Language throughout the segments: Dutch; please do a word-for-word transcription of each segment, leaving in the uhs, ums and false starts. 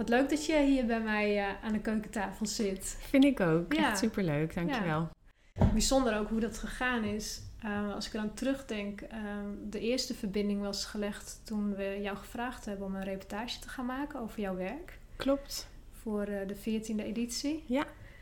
wat leuk dat je hier bij mij uh, aan de keukentafel zit. Vind ik ook. Ja. Echt superleuk, dankjewel. Ja. Bijzonder ook hoe dat gegaan is. Uh, als ik er aan terugdenk, uh, de eerste verbinding was gelegd toen we jou gevraagd hebben om een reportage te gaan maken over jouw werk. Klopt. Voor uh, de veertiende editie. Ja.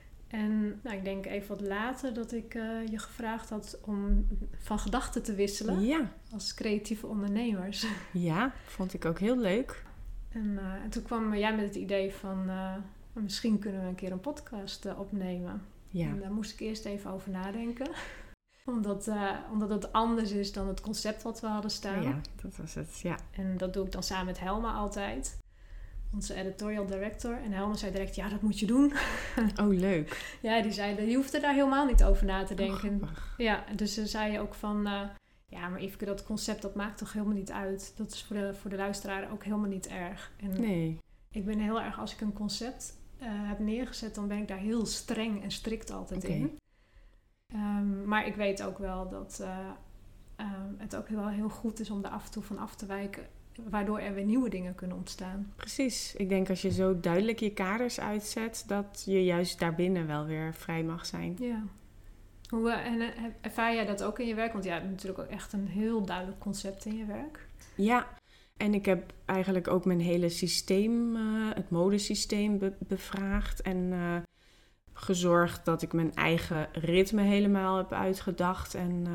En nou, ik denk even wat later dat ik uh, je gevraagd had om van gedachten te wisselen. Ja. Als creatieve ondernemers. Ja, vond ik ook heel leuk. En, uh, en toen kwam jij met het idee van, uh, misschien kunnen we een keer een podcast uh, opnemen. Ja. En daar moest ik eerst even over nadenken. omdat, uh, omdat het anders is dan het concept wat we hadden staan. Ja, dat was het, ja. En dat doe ik dan samen met Helma altijd. Onze editorial director. En Helma zei direct, ja, dat moet je doen. Oh, leuk. Ja, die zei, je hoeft er daar helemaal niet over na te denken. Oh, ja, dus ze zei ook van, uh, ja, maar Yveske, dat concept, dat maakt toch helemaal niet uit. Dat is voor de, voor de luisteraar ook helemaal niet erg. En nee. Ik ben heel erg, als ik een concept uh, heb neergezet, dan ben ik daar heel streng en strikt altijd okay. in. Um, maar ik weet ook wel dat uh, um, het ook wel heel goed is om daar af en toe van af te wijken, waardoor er weer nieuwe dingen kunnen ontstaan. Precies. Ik denk als je zo duidelijk je kaders uitzet, dat je juist daarbinnen wel weer vrij mag zijn. Ja. Hoe, en uh, ervaar jij dat ook in je werk? Want jij hebt natuurlijk ook echt een heel duidelijk concept in je werk. Ja, en ik heb eigenlijk ook mijn hele systeem, uh, het modesysteem be- bevraagd en uh, gezorgd dat ik mijn eigen ritme helemaal heb uitgedacht. En uh,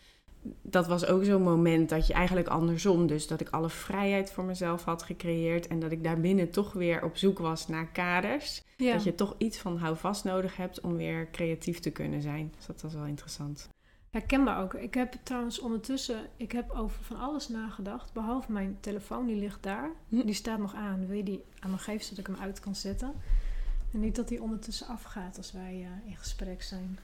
dat was ook zo'n moment dat je eigenlijk andersom, dus dat ik alle vrijheid voor mezelf had gecreëerd en dat ik daarbinnen toch weer op zoek was naar kaders. Ja. Dat je toch iets van houvast nodig hebt om weer creatief te kunnen zijn. Dus dat was wel interessant. Herkenbaar ook. Ik heb trouwens ondertussen, ik heb over van alles nagedacht, behalve mijn telefoon, die ligt daar. Hm. Die staat nog aan. Wil je die aan me geven zodat ik hem uit kan zetten? En niet dat die ondertussen afgaat als wij uh, in gesprek zijn.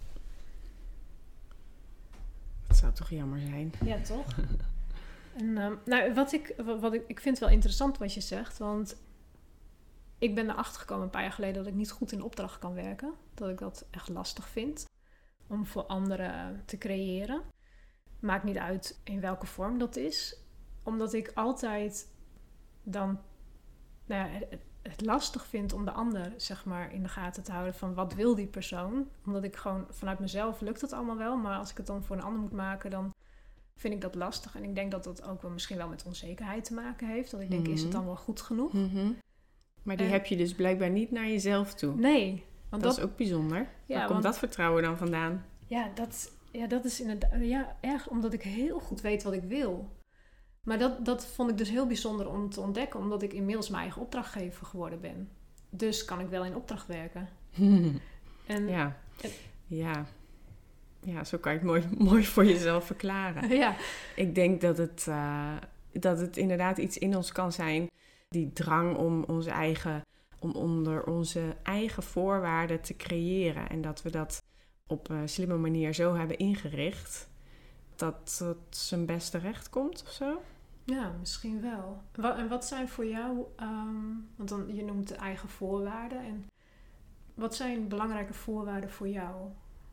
Dat zou toch jammer zijn? Ja, toch? En uh, nou, wat ik, wat ik, ik vind het wel interessant wat je zegt, want ik ben erachter gekomen een paar jaar geleden dat ik niet goed in opdracht kan werken. Dat ik dat echt lastig vind om voor anderen te creëren. Maakt niet uit in welke vorm dat is. Omdat ik altijd dan nou ja, het, het lastig vind om de ander zeg maar in de gaten te houden van wat wil die persoon. Omdat ik gewoon vanuit mezelf lukt het allemaal wel. Maar als ik het dan voor een ander moet maken, dan vind ik dat lastig. En ik denk dat dat ook wel misschien wel met onzekerheid te maken heeft. Dat ik denk, mm-hmm. is het dan wel goed genoeg? Mm-hmm. Maar die en, heb je dus blijkbaar niet naar jezelf toe. Nee. Want dat, dat is ook bijzonder. Ja, Waar komt want, dat vertrouwen dan vandaan? Ja, dat, ja, dat is inderdaad ja, erg omdat ik heel goed weet wat ik wil. Maar dat, dat vond ik dus heel bijzonder om te ontdekken, omdat ik inmiddels mijn eigen opdrachtgever geworden ben. Dus kan ik wel in opdracht werken. en, ja. En, ja. ja, zo kan je het mooi, mooi voor jezelf verklaren. Ja. Ik denk dat het, uh, dat het inderdaad iets in ons kan zijn, die drang om onze eigen... om onder onze eigen voorwaarden te creëren. En dat we dat op een slimme manier zo hebben ingericht dat het zijn beste recht komt of zo. Ja, misschien wel. En wat zijn voor jou, um, want dan, je noemt de eigen voorwaarden. En wat zijn belangrijke voorwaarden voor jou?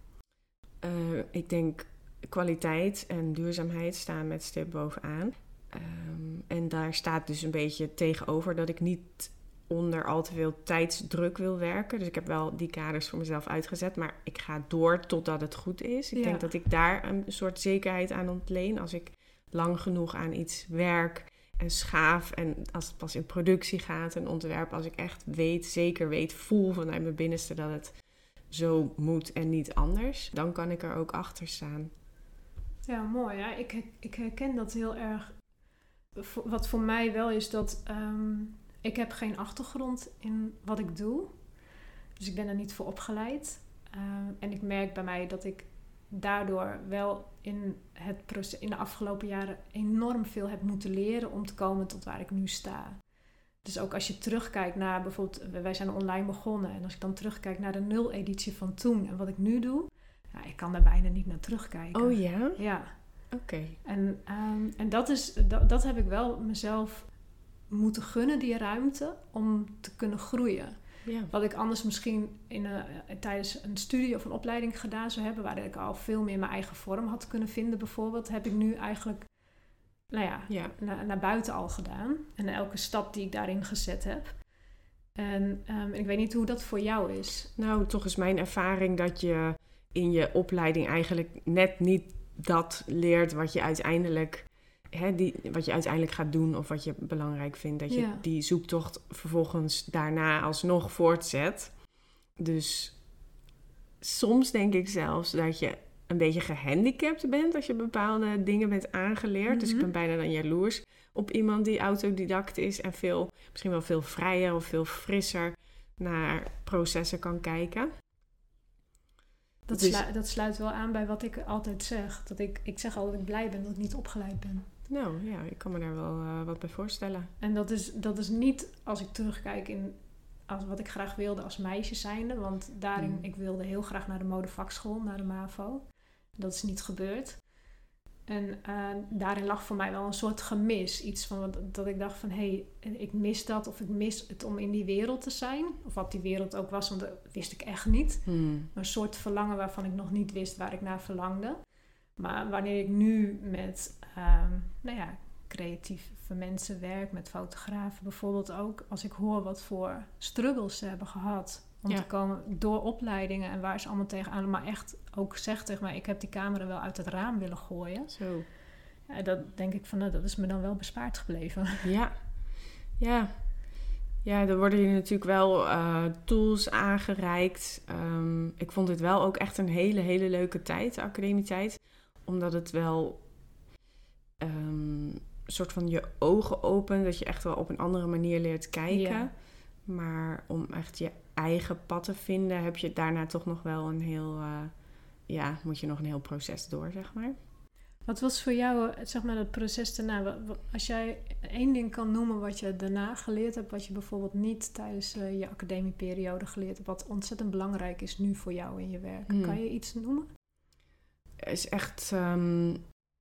Uh, ik denk kwaliteit en duurzaamheid staan met stip bovenaan. Um, en daar staat dus een beetje tegenover dat ik niet onder al te veel tijdsdruk wil werken. Dus ik heb wel die kaders voor mezelf uitgezet. Maar ik ga door totdat het goed is. Ik ja. denk dat ik daar een soort zekerheid aan ontleen. Als ik lang genoeg aan iets werk en schaaf. En als het pas in productie gaat en ontwerp. Als ik echt weet, zeker weet, voel vanuit mijn binnenste dat het zo moet en niet anders. Dan kan ik er ook achter staan. Ja, mooi. Ja. Ik, ik herken dat heel erg. Wat voor mij wel is dat... Um, Ik heb geen achtergrond in wat ik doe. Dus ik ben er niet voor opgeleid. Uh, en ik merk bij mij dat ik daardoor wel in, het proces, in de afgelopen jaren enorm veel heb moeten leren om te komen tot waar ik nu sta. Dus ook als je terugkijkt naar bijvoorbeeld, wij zijn online begonnen. En als ik dan terugkijk naar de nul editie van toen en wat ik nu doe. Ja, ik kan daar bijna niet naar terugkijken. Oh ja? Ja. Oké. Okay. En, um, en dat, is, dat, dat heb ik wel mezelf moeten gunnen, die ruimte, om te kunnen groeien. Ja. Wat ik anders misschien in een, tijdens een studie of een opleiding gedaan zou hebben, waar ik al veel meer mijn eigen vorm had kunnen vinden bijvoorbeeld, heb ik nu eigenlijk nou ja, ja. Naar, naar buiten al gedaan. En elke stap die ik daarin gezet heb. En um, ik weet niet hoe dat voor jou is. Nou, toch is mijn ervaring dat je in je opleiding eigenlijk net niet dat leert wat je uiteindelijk, hè, die, wat je uiteindelijk gaat doen of wat je belangrijk vindt. Dat je Ja. die zoektocht vervolgens daarna alsnog voortzet. Dus soms denk ik zelfs dat je een beetje gehandicapt bent als je bepaalde dingen bent aangeleerd. Mm-hmm. Dus ik ben bijna dan jaloers op iemand die autodidact is en veel, misschien wel veel vrijer of veel frisser naar processen kan kijken. Dat, dus, slu- dat sluit wel aan bij wat ik altijd zeg. Dat ik, ik zeg altijd dat ik blij ben dat ik niet opgeleid ben. Nou ja, ik kan me daar wel uh, wat bij voorstellen. En dat is, dat is niet als ik terugkijk in als wat ik graag wilde als meisje zijnde. Want daarin, mm. ik wilde heel graag naar de modevakschool, naar de MAVO. Dat is niet gebeurd. En uh, daarin lag voor mij wel een soort gemis. Iets van dat ik dacht van, hé, hey, ik mis dat. Of ik mis het om in die wereld te zijn. Of wat die wereld ook was, want dat wist ik echt niet. Hmm. Een soort verlangen waarvan ik nog niet wist waar ik naar verlangde. Maar wanneer ik nu met, um, nou ja, creatieve mensen werk, met fotografen bijvoorbeeld ook. Als ik hoor wat voor struggles ze hebben gehad om ja. te komen door opleidingen en waar ze allemaal tegenaan, maar echt ook zegt tegen mij, ik heb die camera wel uit het raam willen gooien. Zo. Ja, dat denk ik van, nou, dat is me dan wel bespaard gebleven. Ja, ja. Ja, er worden hier natuurlijk wel uh, tools aangereikt. Um, ik vond dit wel ook echt een hele, hele leuke tijd, de academietijd. Omdat het wel um, een soort van je ogen opent, dat je echt wel op een andere manier leert kijken. Ja. Maar om echt je eigen pad te vinden, heb je daarna toch nog wel een heel, uh, ja, moet je nog een heel proces door, zeg maar. Wat was voor jou, zeg maar, het proces daarna? Als jij één ding kan noemen wat je daarna geleerd hebt, wat je bijvoorbeeld niet tijdens uh, je academieperiode geleerd hebt, wat ontzettend belangrijk is nu voor jou in je werk. Hmm. Kan je iets noemen? Het is echt um,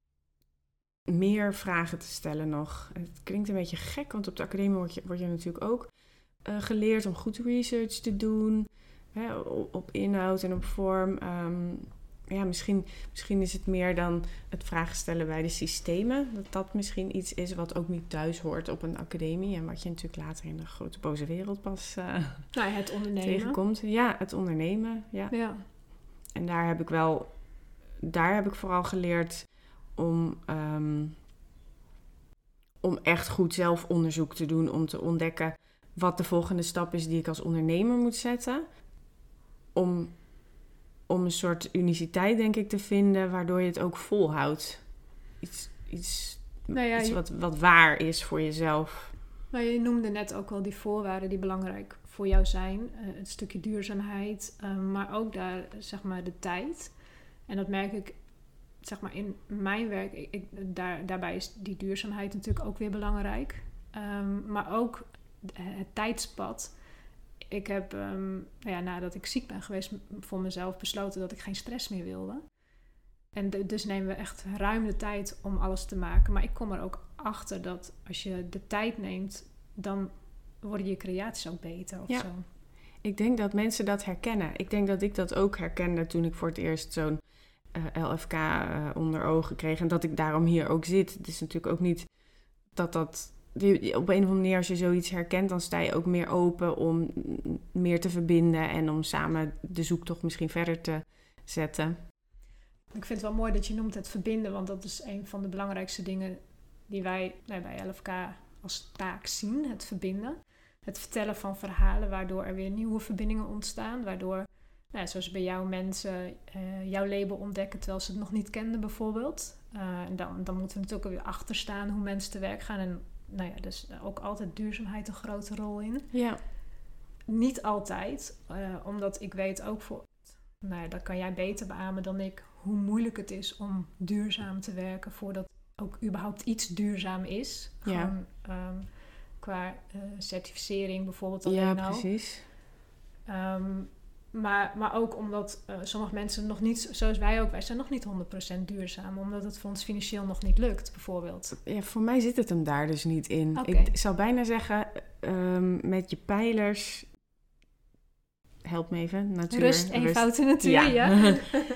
meer vragen te stellen nog. Het klinkt een beetje gek, want op de academie word je, word je natuurlijk ook Uh, geleerd om goed research te doen, hè, op, op inhoud en op vorm. Um, ja, misschien, misschien is het meer dan het vragen stellen bij de systemen. Dat dat misschien iets is wat ook niet thuis hoort op een academie en wat je natuurlijk later in de grote boze wereld pas uh, nou, het ondernemen. tegenkomt. Ja, het ondernemen. Ja. Ja. En daar heb ik wel, daar heb ik vooral geleerd om, um, om echt goed zelf onderzoek te doen, om te ontdekken wat de volgende stap is die ik als ondernemer moet zetten. Om, om een soort uniciteit, denk ik, te vinden, waardoor je het ook volhoudt. Iets, iets, nou ja, iets wat, wat waar is voor jezelf. Nou, je noemde net ook wel die voorwaarden die belangrijk voor jou zijn. Uh, het stukje duurzaamheid, uh, maar ook daar, zeg maar, de tijd. En dat merk ik, zeg maar, in mijn werk. Ik, ik, daar, daarbij is die duurzaamheid natuurlijk ook weer belangrijk. Um, maar ook het tijdspad. Ik heb, um, nou ja, nadat ik ziek ben geweest, voor mezelf besloten dat ik geen stress meer wilde. En de, dus nemen we echt ruim de tijd om alles te maken. Maar ik kom er ook achter dat als je de tijd neemt, dan worden je creaties ook beter of ja. zo. Ik denk dat mensen dat herkennen. Ik denk dat ik dat ook herkende toen ik voor het eerst zo'n uh, L F K uh, onder ogen kreeg. En dat ik daarom hier ook zit. Het is natuurlijk ook niet dat dat op een of andere manier, als je zoiets herkent, dan sta je ook meer open om meer te verbinden en om samen de zoektocht misschien verder te zetten. Ik vind het wel mooi dat je noemt het verbinden, want dat is een van de belangrijkste dingen die wij nou, bij L F K als taak zien, het verbinden. Het vertellen van verhalen, waardoor er weer nieuwe verbindingen ontstaan, waardoor, nou, zoals bij jou mensen uh, jouw label ontdekken terwijl ze het nog niet kenden bijvoorbeeld. Uh, en dan, dan moeten we natuurlijk ook weer achter staan hoe mensen te werk gaan en nou ja, dus ook altijd duurzaamheid een grote rol in. Ja. Niet altijd, uh, omdat ik weet ook voor, nou ja, dat kan jij beter beamen dan ik, hoe moeilijk het is om duurzaam te werken voordat ook überhaupt iets duurzaam is. Ja. Gewoon um, qua uh, certificering bijvoorbeeld alleen ja, al. Ja, precies. Um, Maar, maar ook omdat uh, sommige mensen nog niet, zoals wij ook, wij zijn nog niet honderd procent duurzaam. Omdat het voor ons financieel nog niet lukt, bijvoorbeeld. Ja, voor mij zit het hem daar dus niet in. Okay. Ik zou bijna zeggen, um, met je pijlers, help me even, natuur. Rust, eenvoud en natuur, ja. ja.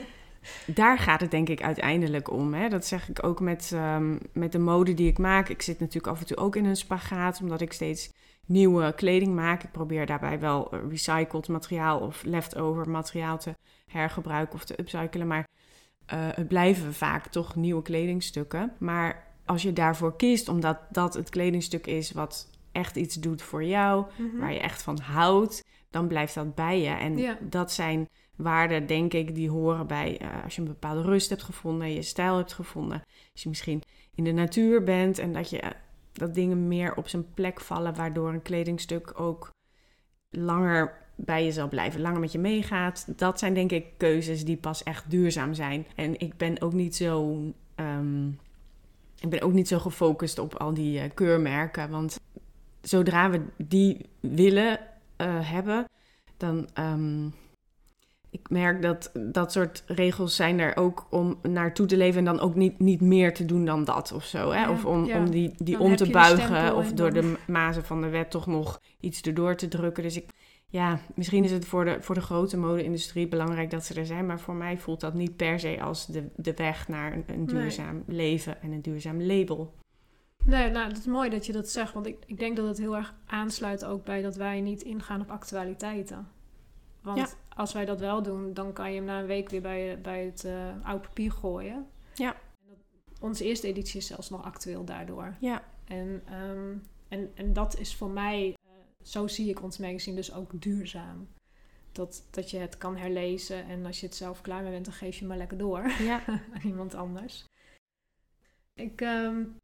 daar gaat het denk ik uiteindelijk om. Hè? Dat zeg ik ook met, um, met de mode die ik maak. Ik zit natuurlijk af en toe ook in een spagaat, omdat ik steeds nieuwe kleding maak. Ik probeer daarbij wel recycled materiaal of leftover materiaal te hergebruiken of te upcyclen. Maar uh, het blijven vaak toch nieuwe kledingstukken. Maar als je daarvoor kiest, omdat dat het kledingstuk is wat echt iets doet voor jou, mm-hmm. waar je echt van houdt, dan blijft dat bij je. En ja. dat zijn waarden, denk ik, die horen bij uh, als je een bepaalde rust hebt gevonden, je stijl hebt gevonden. Als je misschien in de natuur bent en dat je uh, dat dingen meer op zijn plek vallen, waardoor een kledingstuk ook langer bij je zal blijven, langer met je meegaat. Dat zijn denk ik keuzes die pas echt duurzaam zijn. En ik ben ook niet zo, um, ik ben ook niet zo gefocust op al die uh, keurmerken, want zodra we die willen uh, hebben, dan um, ik merk dat dat soort regels zijn er ook om naartoe te leven en dan ook niet, niet meer te doen dan dat of zo. Hè? Ja, of om, ja. om die, die om te buigen of door dan... de mazen van de wet toch nog iets erdoor te drukken. Dus ik, ja, misschien is het voor de, voor de grote mode-industrie belangrijk dat ze er zijn, maar voor mij voelt dat niet per se als de, de weg naar een, een duurzaam nee. leven en een duurzaam label. Nee, nou, het is mooi dat je dat zegt, want ik, ik denk dat het heel erg aansluit ook bij dat wij niet ingaan op actualiteiten. Want ja. als wij dat wel doen, dan kan je hem na een week weer bij, bij het uh, oud papier gooien. Ja. En dat, onze eerste editie is zelfs nog actueel daardoor. Ja. En, um, en, en dat is voor mij, uh, zo zie ik ons magazine dus ook duurzaam. Dat, dat je het kan herlezen en als je het zelf klaar mee bent, dan geef je maar lekker door ja. aan iemand anders. Ik... Um,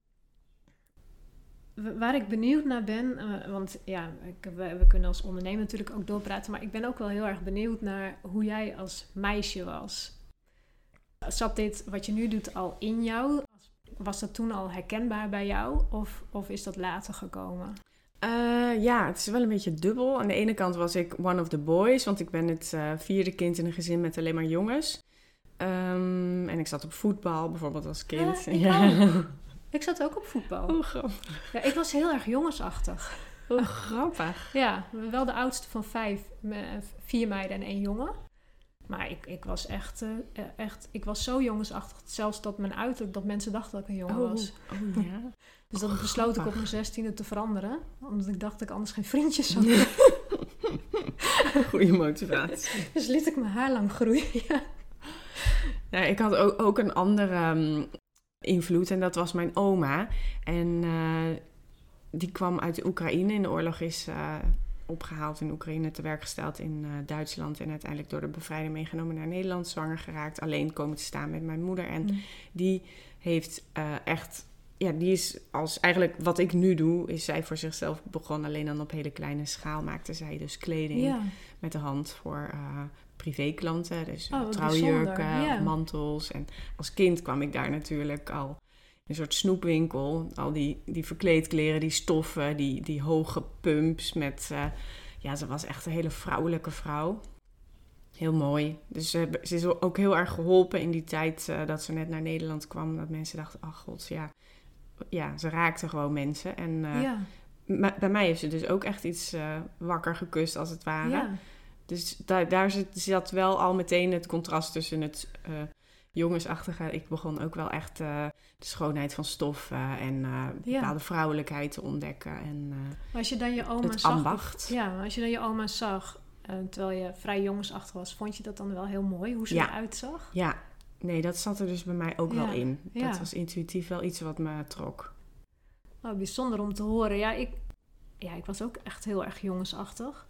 Waar ik benieuwd naar ben, uh, want ja, ik, we, we kunnen als ondernemer natuurlijk ook doorpraten, maar ik ben ook wel heel erg benieuwd naar hoe jij als meisje was. Zat dit wat je nu doet al in jou? Was dat toen al herkenbaar bij jou of, of is dat later gekomen? Uh, ja, het is wel een beetje dubbel. Aan de ene kant was ik one of the boys, want ik ben het uh, vierde kind in een gezin met alleen maar jongens. Um, en ik zat op voetbal bijvoorbeeld als kind. Ja, ik ja. Ik zat ook op voetbal. Hoe grappig. Ja, ik was heel erg jongensachtig. Hoe grappig. Ja, wel de oudste van vijf, vier meiden en één jongen. Maar ik, ik was echt, uh, echt, ik was zo jongensachtig. Zelfs dat mijn uiterlijk, dat mensen dachten dat ik een jongen oh, was. Oh, ja. Dus dat besloot grappig. Ik op mijn zestiende te veranderen. Omdat ik dacht dat ik anders geen vriendjes zou hebben. Goeie motivatie. Dus liet ik mijn haar lang groeien. Ja, ja ik had ook, ook een andere... Um, invloed en dat was mijn oma en uh, die kwam uit de Oekraïne. In de oorlog is uh, opgehaald in Oekraïne, te werk gesteld in uh, Duitsland en uiteindelijk door de bevrijding meegenomen naar Nederland, zwanger geraakt, alleen komen te staan met mijn moeder en mm. die heeft uh, echt, ja, die is als eigenlijk wat ik nu doe, is zij voor zichzelf begonnen, alleen dan op hele kleine schaal maakte zij dus kleding ja. met de hand voor uh, privéklanten, dus oh, trouwjurken, yeah. mantels. En als kind kwam ik daar natuurlijk al in een soort snoepwinkel. Al die, die verkleedkleren, die stoffen, die, die hoge pumps met... Uh, ja, ze was echt een hele vrouwelijke vrouw. Heel mooi. Dus uh, ze is ook heel erg geholpen in die tijd uh, dat ze net naar Nederland kwam. Dat mensen dachten, ach god, ja. Ja, ze raakte gewoon mensen. En uh, yeah. m- bij mij heeft ze dus ook echt iets uh, wakker gekust, als het ware. Yeah. Dus daar, daar zit, zat wel al meteen het contrast tussen het uh, jongensachtige. Ik begon ook wel echt uh, de schoonheid van stof uh, en uh, bepaalde ja. vrouwelijkheid te ontdekken. En uh, als je dan je oma het zag, ambacht. Ja, als je dan je oma zag, uh, terwijl je vrij jongensachtig was, vond je dat dan wel heel mooi, hoe ze ja. eruit zag? Ja, nee, dat zat er dus bij mij ook ja. wel in. Dat ja. was intuïtief wel iets wat me trok. Nou, bijzonder om te horen. Ja, ik, ja, ik was ook echt heel erg jongensachtig.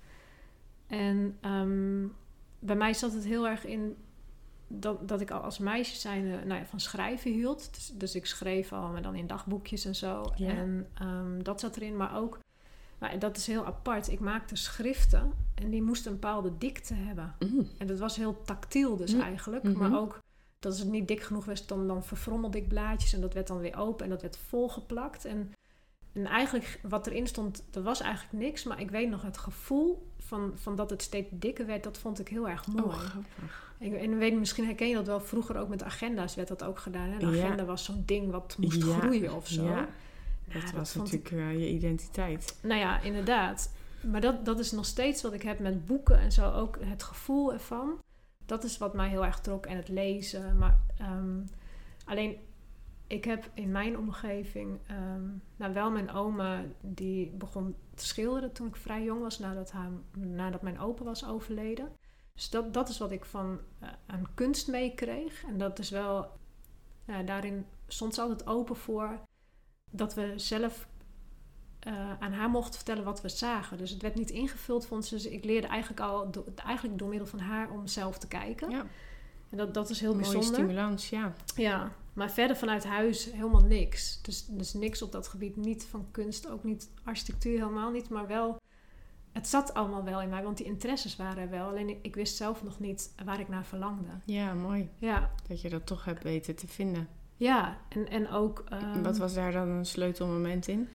En um, bij mij zat het heel erg in dat, dat ik al als meisje zijnde, nou ja, van schrijven hield. Dus, dus ik schreef al, maar dan in dagboekjes en zo. Ja. En um, dat zat erin. Maar ook, nou, dat is heel apart. Ik maakte schriften en die moesten een bepaalde dikte hebben. Mm. En dat was heel tactiel dus mm. eigenlijk. Mm-hmm. Maar ook, dat als het niet dik genoeg was, dan, dan verfrommelde ik blaadjes. En dat werd dan weer open en dat werd volgeplakt. En... En eigenlijk, wat erin stond, dat was eigenlijk niks. Maar ik weet nog, het gevoel van, van dat het steeds dikker werd, dat vond ik heel erg mooi. Oh, en, en weet, misschien herken je dat wel, vroeger ook met agenda's werd dat ook gedaan. Hè? De agenda ja. was zo'n ding wat moest ja. groeien of zo. Ja. Dat ja, was dat natuurlijk ik... uh, je identiteit. Nou ja, inderdaad. Maar dat, dat is nog steeds wat ik heb met boeken en zo, ook het gevoel ervan. dat is wat mij heel erg trok. En het lezen. Maar um, alleen, ik heb in mijn omgeving... Um, nou, wel mijn oma, die begon te schilderen toen ik vrij jong was. Nadat, haar, nadat mijn opa was overleden. Dus dat, dat is wat ik van uh, aan kunst meekreeg. En dat is wel... Uh, daarin stond ze altijd open voor... dat we zelf... Uh, aan haar mochten vertellen wat we zagen. Dus het werd niet ingevuld voor ons. Dus ik leerde eigenlijk al do- eigenlijk door middel van haar om zelf te kijken. Ja. En dat, dat is heel mooie bijzonder. Stimulans, ja. Ja, maar verder vanuit huis helemaal niks. Dus, dus niks op dat gebied. Niet van kunst, ook niet architectuur, helemaal niet. Maar wel, het zat allemaal wel in mij. Want die interesses waren er wel. Alleen ik, ik wist zelf nog niet waar ik naar verlangde. Ja, mooi. Ja. Dat je dat toch hebt weten te vinden. Ja, en, en ook... Um, Wat was daar dan een sleutelmoment in?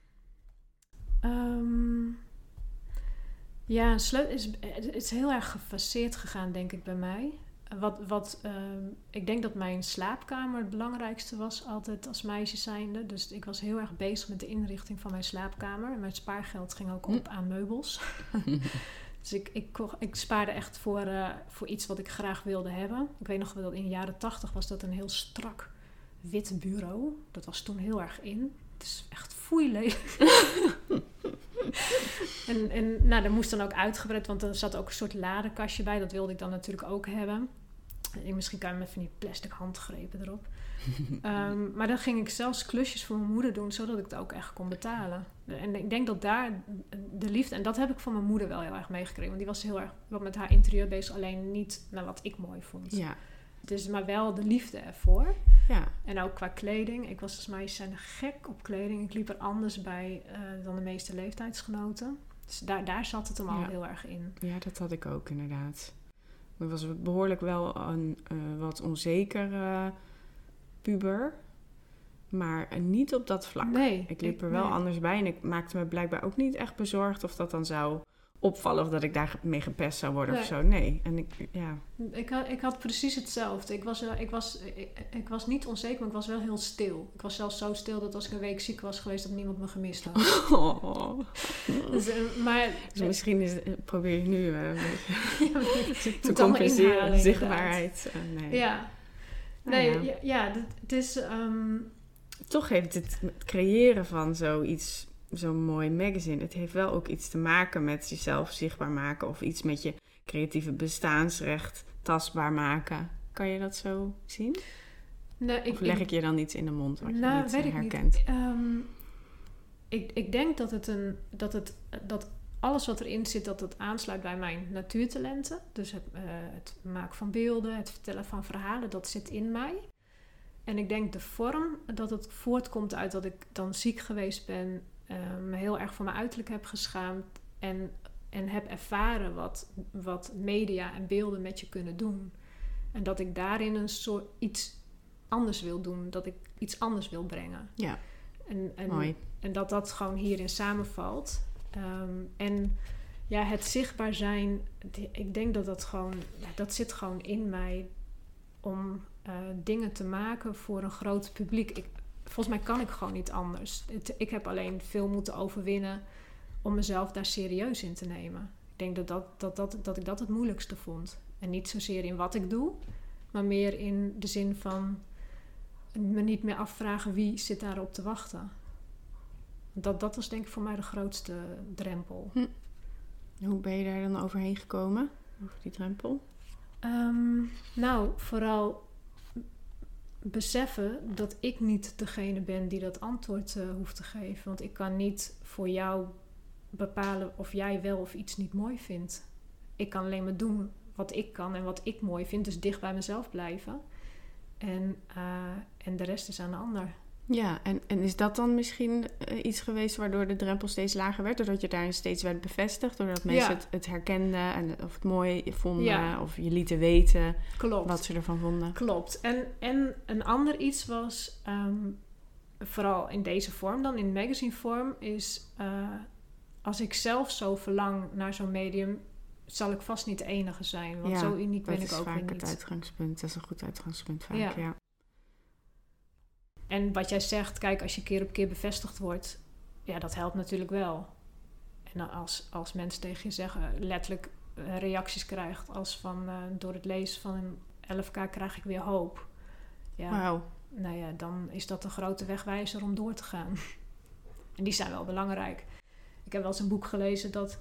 Um, ja, sleutel is, het is heel erg gefaseerd gegaan, denk ik, bij mij. Wat, wat, um, ik denk dat mijn slaapkamer het belangrijkste was, altijd als meisje zijnde. Dus ik was heel erg bezig met de inrichting van mijn slaapkamer. En mijn spaargeld ging ook op aan meubels. Dus ik, ik, ik spaarde echt voor, uh, voor iets wat ik graag wilde hebben. Ik weet nog wel, in de jaren tachtig was dat een heel strak wit bureau. Dat was toen heel erg in. Het is echt foeilelijk. en en nou, dat moest dan ook uitgebreid, want er zat ook een soort ladekastje bij. Dat wilde ik dan natuurlijk ook hebben. En misschien kan je met van die plastic handgrepen erop. um, maar dan ging ik zelfs klusjes voor mijn moeder doen, zodat ik het ook echt kon betalen. En ik denk dat daar de liefde... En dat heb ik van mijn moeder wel heel erg meegekregen. Want die was heel erg wat met haar interieur bezig. Alleen niet naar wat ik mooi vond. Ja. Dus maar wel de liefde ervoor. Ja. En ook qua kleding. Ik was als meisje zijn gek op kleding. Ik liep er anders bij uh, dan de meeste leeftijdsgenoten. Dus daar, daar zat het hem al ja. heel erg in. Ja, dat had ik ook inderdaad. Ik was behoorlijk wel een uh, wat onzekere puber. Maar niet op dat vlak. Nee. Ik liep ik, er wel nee. anders bij. En ik maakte me blijkbaar ook niet echt bezorgd of dat dan zou opvallen. Of dat ik daarmee gepest zou worden nee. of zo. Nee. En ik, ja. Ik had, ik had precies hetzelfde. Ik was, ik, was, ik, ik was niet onzeker, maar ik was wel heel stil. Ik was zelfs zo stil dat als ik een week ziek was geweest, dat niemand me gemist had. Oh. Dus, uh, maar, dus misschien is, probeer je nu uh, ja, te compenseren. Zichtbaarheid. Uh, nee. Ja. Nee, nou ja. ja, ja, het is... Um... Toch heeft het, het creëren van zoiets, zo'n mooi magazine, het heeft wel ook iets te maken met jezelf zichtbaar maken of iets met je creatieve bestaansrecht tastbaar maken. Kan je dat zo zien? Nou, ik, of leg ik, ik je dan iets in de mond wat nou, je niet weet ik herkent? Niet. Um, ik, ik denk dat het een dat het dat alles wat erin zit, dat het aansluit bij mijn natuurtalenten. Dus het, uh, het maken van beelden, het vertellen van verhalen, dat zit in mij. En ik denk de vorm, dat het voortkomt uit dat ik dan ziek geweest ben, uh, me heel erg voor mijn uiterlijk heb geschaamd en, en heb ervaren wat, wat media en beelden met je kunnen doen. En dat ik daarin een soort iets anders wil doen, dat ik iets anders wil brengen. Ja, en, en, mooi. En dat dat gewoon hierin samenvalt. Um, en ja, het zichtbaar zijn, ik denk dat dat gewoon, ja, dat zit gewoon in mij om uh, dingen te maken voor een groot publiek. Ik, volgens mij kan ik gewoon niet anders. Het, ik heb alleen veel moeten overwinnen om mezelf daar serieus in te nemen. Ik denk dat, dat, dat, dat, dat ik dat het moeilijkste vond. En niet zozeer in wat ik doe, maar meer in de zin van me niet meer afvragen wie zit daarop te wachten. Dat, dat was denk ik voor mij de grootste drempel. Hm. Hoe ben je daar dan overheen gekomen? Over die drempel? Um, nou, vooral beseffen dat ik niet degene ben die dat antwoord uh, hoeft te geven. Want ik kan niet voor jou bepalen of jij wel of iets niet mooi vindt. Ik kan alleen maar doen wat ik kan en wat ik mooi vind. Dus dicht bij mezelf blijven. En, uh, en de rest is aan de ander. Ja, en, en is dat dan misschien uh, iets geweest waardoor de drempel steeds lager werd? Doordat je daarin steeds werd bevestigd? Doordat mensen ja. het, het herkenden en of het mooi vonden? Ja. Of je lieten weten Klopt. Wat ze ervan vonden? Klopt. En, en een ander iets was, um, vooral in deze vorm dan, in magazinevorm, is uh, als ik zelf zo verlang naar zo'n medium, zal ik vast niet de enige zijn. Want ja, zo uniek ben ik ook weer niet. Dat is vaak het uitgangspunt. Dat is een goed uitgangspunt vaak, ja. ja. En wat jij zegt, kijk, als je keer op keer bevestigd wordt, ja, dat helpt natuurlijk wel. En als, als mensen tegen je zeggen, letterlijk uh, reacties krijgt als van uh, door het lezen van een elf k krijg ik weer hoop. Ja, Wauw. Nou ja, dan is dat een grote wegwijzer om door te gaan. En die zijn wel belangrijk. Ik heb wel eens een boek gelezen dat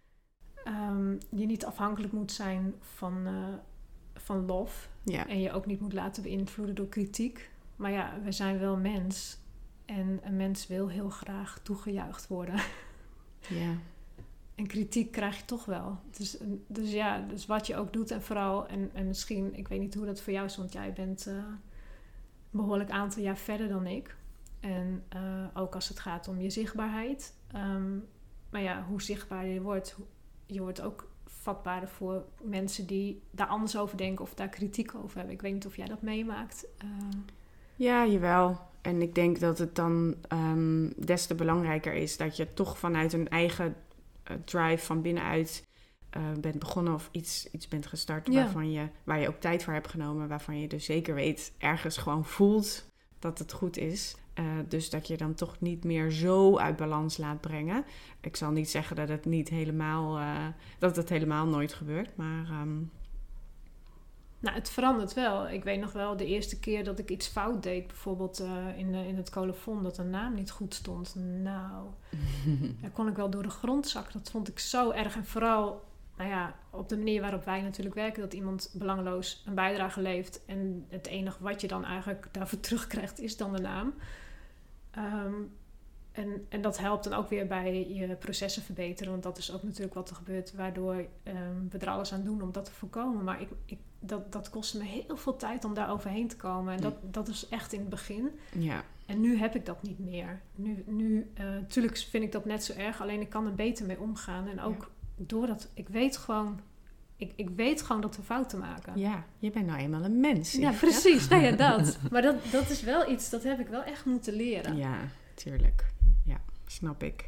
um, je niet afhankelijk moet zijn van, uh, van lof. Ja. En je ook niet moet laten beïnvloeden door kritiek. Maar ja, we zijn wel mens. En een mens wil heel graag toegejuicht worden. Ja. En kritiek krijg je toch wel. Dus, dus ja, dus wat je ook doet en vooral... En, en misschien, ik weet niet hoe dat voor jou is... want jij bent uh, een behoorlijk aantal jaar verder dan ik. En uh, ook als het gaat om je zichtbaarheid. Um, maar ja, hoe zichtbaar je wordt... je wordt ook vatbaarder voor mensen die daar anders over denken... of daar kritiek over hebben. Ik weet niet of jij dat meemaakt. Uh, Ja, jawel. En ik denk dat het dan um, des te belangrijker is... dat je toch vanuit een eigen uh, drive van binnenuit uh, bent begonnen... of iets, iets bent gestart ja. waarvan je, waar je ook tijd voor hebt genomen... waarvan je dus zeker weet, ergens gewoon voelt dat het goed is. Uh, dus dat je dan toch niet meer zo uit balans laat brengen. Ik zal niet zeggen dat het niet helemaal... Uh, dat het helemaal nooit gebeurt, maar... Um, Nou, het verandert wel. Ik weet nog wel de eerste keer dat ik iets fout deed. Bijvoorbeeld uh, in, de, in het colofon dat een naam niet goed stond. Nou, daar kon ik wel door de grond zakken. Dat vond ik zo erg. En vooral nou ja, op de manier waarop wij natuurlijk werken. Dat iemand belangeloos een bijdrage levert. En het enige wat je dan eigenlijk daarvoor terugkrijgt is dan de naam. Um, en, en dat helpt dan ook weer bij je processen verbeteren. Want dat is ook natuurlijk wat er gebeurt. Waardoor um, we er alles aan doen om dat te voorkomen. Maar ik, ik, dat, dat kostte me heel veel tijd om daar overheen te komen. En dat, dat is echt in het begin. Ja. En nu heb ik dat niet meer. Nu, nu uh, tuurlijk vind ik dat net zo erg. Alleen ik kan er beter mee omgaan. En ook ja. doordat ik weet gewoon... Ik, ik weet gewoon dat we fouten maken. Ja, je bent nou eenmaal een mens. Ja, ja? precies. Nou ja, dat. Maar dat, dat is wel iets, dat heb ik wel echt moeten leren. Ja, tuurlijk. Ja, snap ik.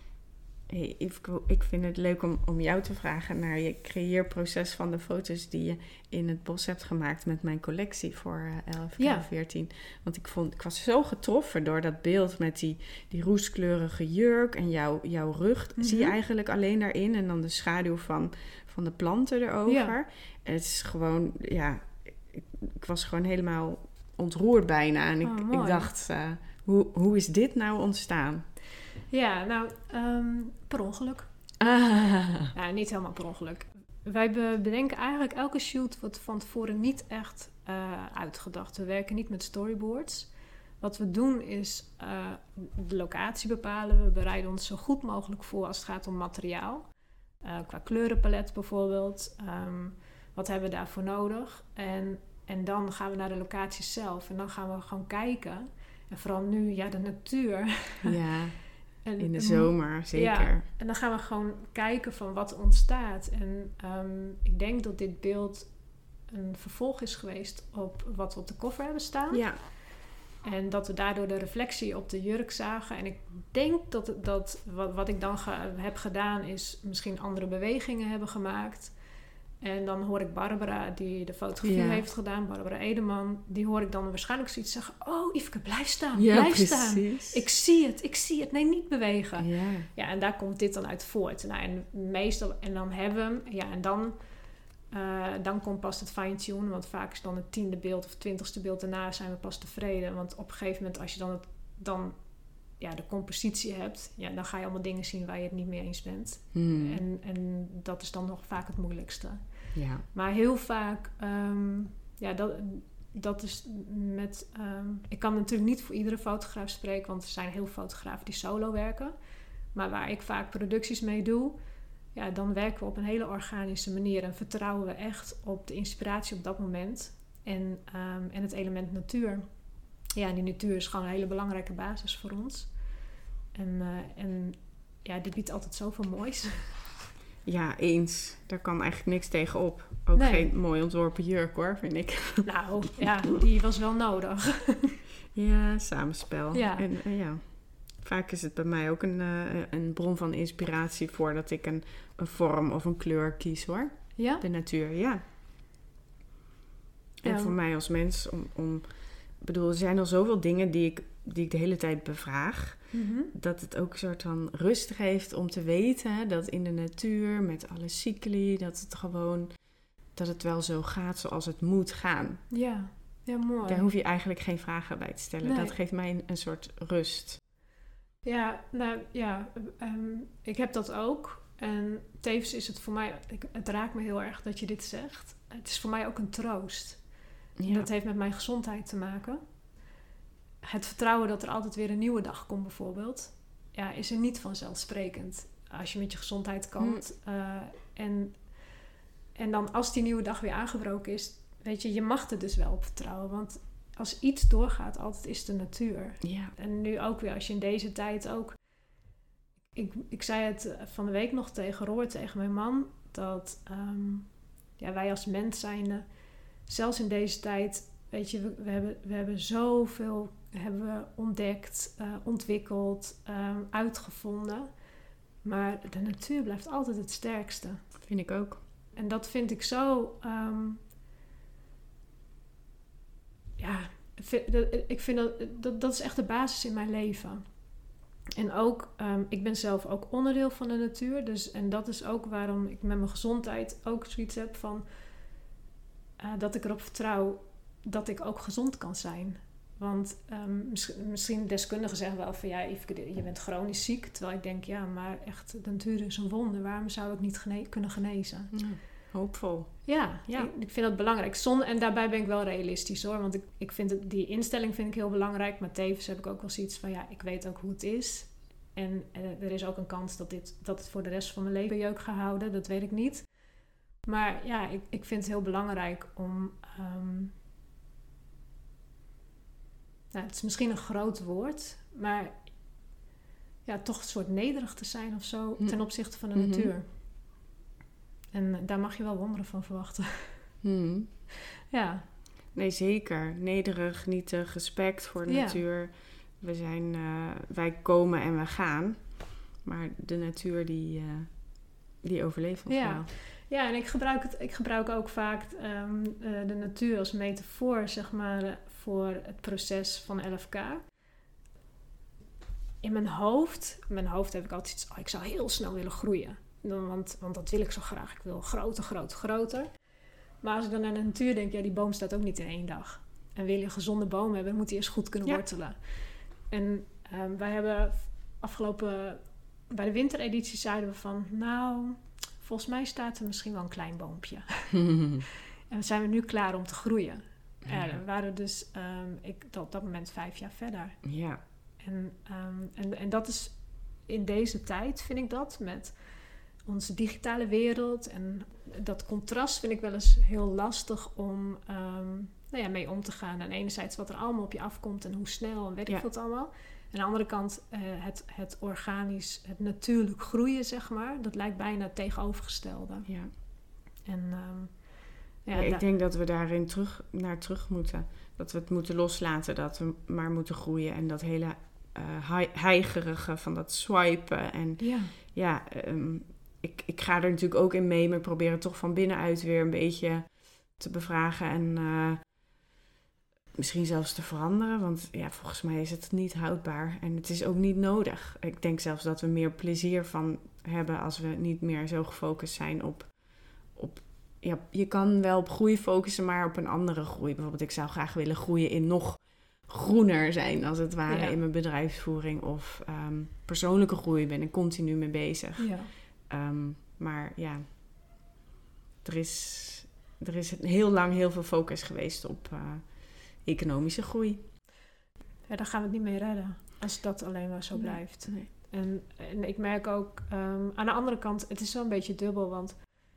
Hey, ik, ik vind het leuk om, om jou te vragen naar je creëerproces van de foto's die je in het bos hebt gemaakt met mijn collectie voor uh, elf, ja. veertien. Want ik, vond, ik was zo getroffen door dat beeld met die, die roeskleurige jurk en jouw, jouw rug. Mm-hmm. Zie je eigenlijk alleen daarin en dan de schaduw van, van de planten erover. Ja. En het is gewoon, ja, ik, ik was gewoon helemaal ontroerd bijna. En ik, oh, ik dacht, uh, hoe, hoe is dit nou ontstaan? Ja, nou, um, per ongeluk. Ah. Ja, niet helemaal per ongeluk. Wij bedenken eigenlijk elke shoot wordt van tevoren niet echt uh, uitgedacht. We werken niet met storyboards. Wat we doen is uh, de locatie bepalen. We bereiden ons zo goed mogelijk voor als het gaat om materiaal. Uh, qua kleurenpalet bijvoorbeeld. Um, wat hebben we daarvoor nodig? En, en dan gaan we naar de locatie zelf. En dan gaan we gewoon kijken. En vooral nu, ja, de natuur. Ja. En, in de en, zomer, zeker. Ja, en dan gaan we gewoon kijken van wat er ontstaat. En um, ik denk dat dit beeld een vervolg is geweest op wat we op de koffer hebben staan. Ja. En dat we daardoor de reflectie op de jurk zagen. En ik denk dat, dat wat, wat ik dan ge, heb gedaan is misschien andere bewegingen hebben gemaakt. En dan hoor ik Barbara, die de fotografie ja. heeft gedaan, Barbara Edeman, die hoor ik dan waarschijnlijk zoiets zeggen. Oh, Yveske, blijf staan, ja, blijf precies. staan. Ik zie het, ik zie het. Nee, niet bewegen. Ja, ja en daar komt dit dan uit voort. Nou, en meestal, en dan hebben we hem, ja, en dan, uh, dan komt pas het fine-tunen, want vaak is dan het tiende beeld of het twintigste beeld daarna zijn we pas tevreden. Want op een gegeven moment, als je dan, het, dan ja, de compositie hebt, ja, dan ga je allemaal dingen zien waar je het niet mee eens bent. Hmm. En, en dat is dan nog vaak het moeilijkste. Ja. Maar heel vaak, um, ja, dat, dat is met... Um, ik kan natuurlijk niet voor iedere fotograaf spreken, want er zijn heel veel fotografen die solo werken. Maar waar ik vaak producties mee doe, ja, dan werken we op een hele organische manier en vertrouwen we echt op de inspiratie op dat moment en, um, en het element natuur. Ja, en die natuur is gewoon een hele belangrijke basis voor ons. En, uh, en ja, die biedt altijd zoveel moois. Ja, eens. Daar kan eigenlijk niks tegen op. Ook nee. Geen mooi ontworpen jurk hoor, vind ik. Nou, ja, die was wel nodig. Ja, samenspel. Ja. En uh, ja, vaak is het bij mij ook een, uh, een bron van inspiratie voordat ik een, een vorm of een kleur kies hoor. Ja? De natuur, ja. En ja. voor mij als mens, om, om, bedoel, er zijn al zoveel dingen die ik, die ik de hele tijd bevraag. Mm-hmm. Dat het ook een soort van rust geeft om te weten dat in de natuur, met alle cycli, dat het gewoon, dat het wel zo gaat zoals het moet gaan. Ja, ja, mooi. Daar hoef je eigenlijk geen vragen bij te stellen. Nee. Dat geeft mij een, een soort rust. Ja, nou ja, um, ik heb dat ook. En tevens is het voor mij, ik, het raakt me heel erg dat je dit zegt. Het is voor mij ook een troost. Ja. En dat heeft met mijn gezondheid te maken. Het vertrouwen dat er altijd weer een nieuwe dag komt bijvoorbeeld, ja, is er niet vanzelfsprekend. Als je met je gezondheid kampt. Mm. Uh, en, en dan als die nieuwe dag weer aangebroken is, weet je, je mag er dus wel op vertrouwen. Want als iets doorgaat, altijd is de natuur. Ja. En nu ook weer, als je in deze tijd ook... Ik, ik zei het van de week nog tegen Roor, tegen mijn man, dat um, ja, wij als mens zijnde, zelfs in deze tijd, weet je, we, we, hebben, we hebben zoveel hebben we ontdekt, uh, ontwikkeld, um, uitgevonden. Maar de natuur blijft altijd het sterkste. Vind ik ook. En dat vind ik zo... Um, ja, ik vind dat, dat... Dat is echt de basis in mijn leven. En ook... Um, ik ben zelf ook onderdeel van de natuur. Dus, en dat is ook waarom ik met mijn gezondheid ook zoiets heb van... Uh, dat ik erop vertrouw dat ik ook gezond kan zijn. Want um, misschien, misschien deskundigen zeggen wel van... ja, Yveske, je bent chronisch ziek. Terwijl ik denk, ja, maar echt, de natuur is een wonder. Waarom zou ik niet gene- kunnen genezen? Ja, hoopvol. Ja, ja. Ik, ik vind dat belangrijk. Zon, en daarbij ben ik wel realistisch hoor. Want ik, ik vind het, die instelling vind ik heel belangrijk. Maar tevens heb ik ook wel zoiets van... ja, ik weet ook hoe het is. En uh, er is ook een kans dat, dit, dat het voor de rest van mijn leven jeuk gaat houden. Dat weet ik niet. Maar ja, ik, ik vind het heel belangrijk om... Um, nou, het is misschien een groot woord, maar ja, toch een soort nederig te zijn of zo ten opzichte van de mm-hmm. natuur. En daar mag je wel wonderen van verwachten. Hmm. Ja. Nee, zeker. Nederig, nietig, respect voor de ja. natuur. We zijn, uh, wij komen en we gaan. Maar de natuur die, uh, die overleeft ons ja. wel. Ja, en ik gebruik, het, ik gebruik ook vaak um, uh, de natuur als metafoor, zeg maar, uh, voor het proces van L F K. In mijn hoofd, in mijn hoofd heb ik altijd iets, oh, ik zou heel snel willen groeien. Want, want dat wil ik zo graag. Ik wil groter, groter, groter. Maar als ik dan naar de natuur denk, ja, die boom staat ook niet in één dag. En wil je een gezonde boom hebben, moet die eerst goed kunnen ja. wortelen. En um, wij hebben afgelopen, bij de wintereditie zeiden we van, nou, volgens mij staat er misschien wel een klein boompje. En dan zijn we nu klaar om te groeien. Ja, dan waren we dus um, ik, op dat moment vijf jaar verder. Ja. En, um, en, en dat is in deze tijd, vind ik dat, met onze digitale wereld. En dat contrast vind ik wel eens heel lastig om um, nou ja, mee om te gaan. En enerzijds wat er allemaal op je afkomt en hoe snel en weet ik ja. wat allemaal. En aan de andere kant uh, het, het organisch, het natuurlijk groeien, zeg maar. Dat lijkt bijna het tegenovergestelde. Ja. En... Um, Ja, ja, ik da- denk dat we daarin terug, naar terug moeten. Dat we het moeten loslaten, dat we maar moeten groeien. En dat hele uh, heigerige van dat swipen. En ja, ja um, ik, ik ga er natuurlijk ook in mee. Maar ik probeer het toch van binnenuit weer een beetje te bevragen. En uh, misschien zelfs te veranderen. Want ja, volgens mij is het niet houdbaar. En het is ook niet nodig. Ik denk zelfs dat we meer plezier van hebben als we niet meer zo gefocust zijn op... op Ja, je kan wel op groei focussen, maar op een andere groei. Bijvoorbeeld, ik zou graag willen groeien in nog groener zijn, als het ware, ja. in mijn bedrijfsvoering. Of um, persoonlijke groei, ben ik continu mee bezig. Ja. Um, maar ja, er is, er is heel lang heel veel focus geweest op uh, economische groei. Ja, daar gaan we het niet mee redden, als dat alleen maar zo nee. blijft. Nee. En, en ik merk ook, um, aan de andere kant, het is wel een beetje dubbel, want...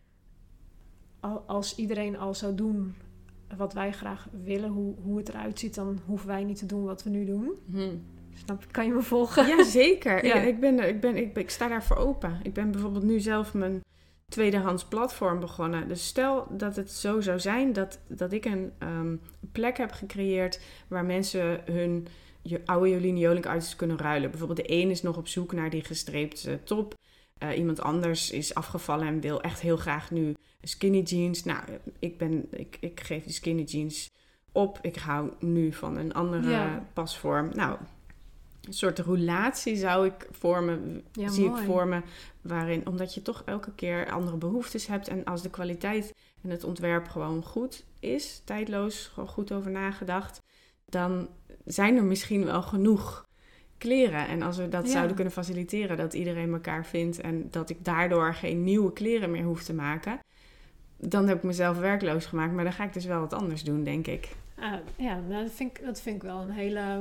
Als iedereen al zou doen wat wij graag willen, hoe, hoe het eruit ziet, dan hoeven wij niet te doen wat we nu doen. Hmm. Snap je? Kan je me volgen? Ja, zeker. Ja. Ik, ik, ben, ik, ben, ik, ik sta daarvoor open. Ik ben bijvoorbeeld nu zelf mijn tweedehands platform begonnen. Dus stel dat het zo zou zijn dat, dat ik een um, plek heb gecreëerd waar mensen hun je, oude Jolien Jolink items kunnen ruilen. Bijvoorbeeld de een is nog op zoek naar die gestreepte top. Uh, iemand anders is afgevallen en wil echt heel graag nu skinny jeans. Nou, ik, ben, ik, ik geef die skinny jeans op. Ik hou nu van een andere ja. pasvorm. Nou, een soort roulatie zou ik vormen, Ja, zie mooi. ik vormen, waarin, omdat je toch elke keer andere behoeftes hebt en als de kwaliteit en het ontwerp gewoon goed is, tijdloos, gewoon goed over nagedacht, dan zijn er misschien wel genoeg kleren. En als we dat Ja. zouden kunnen faciliteren, dat iedereen elkaar vindt en dat ik daardoor geen nieuwe kleren meer hoef te maken, dan heb ik mezelf werkloos gemaakt. Maar dan ga ik dus wel wat anders doen, denk ik. Ah, ja, nou, dat, vind ik, dat vind ik wel een hele...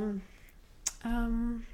Um,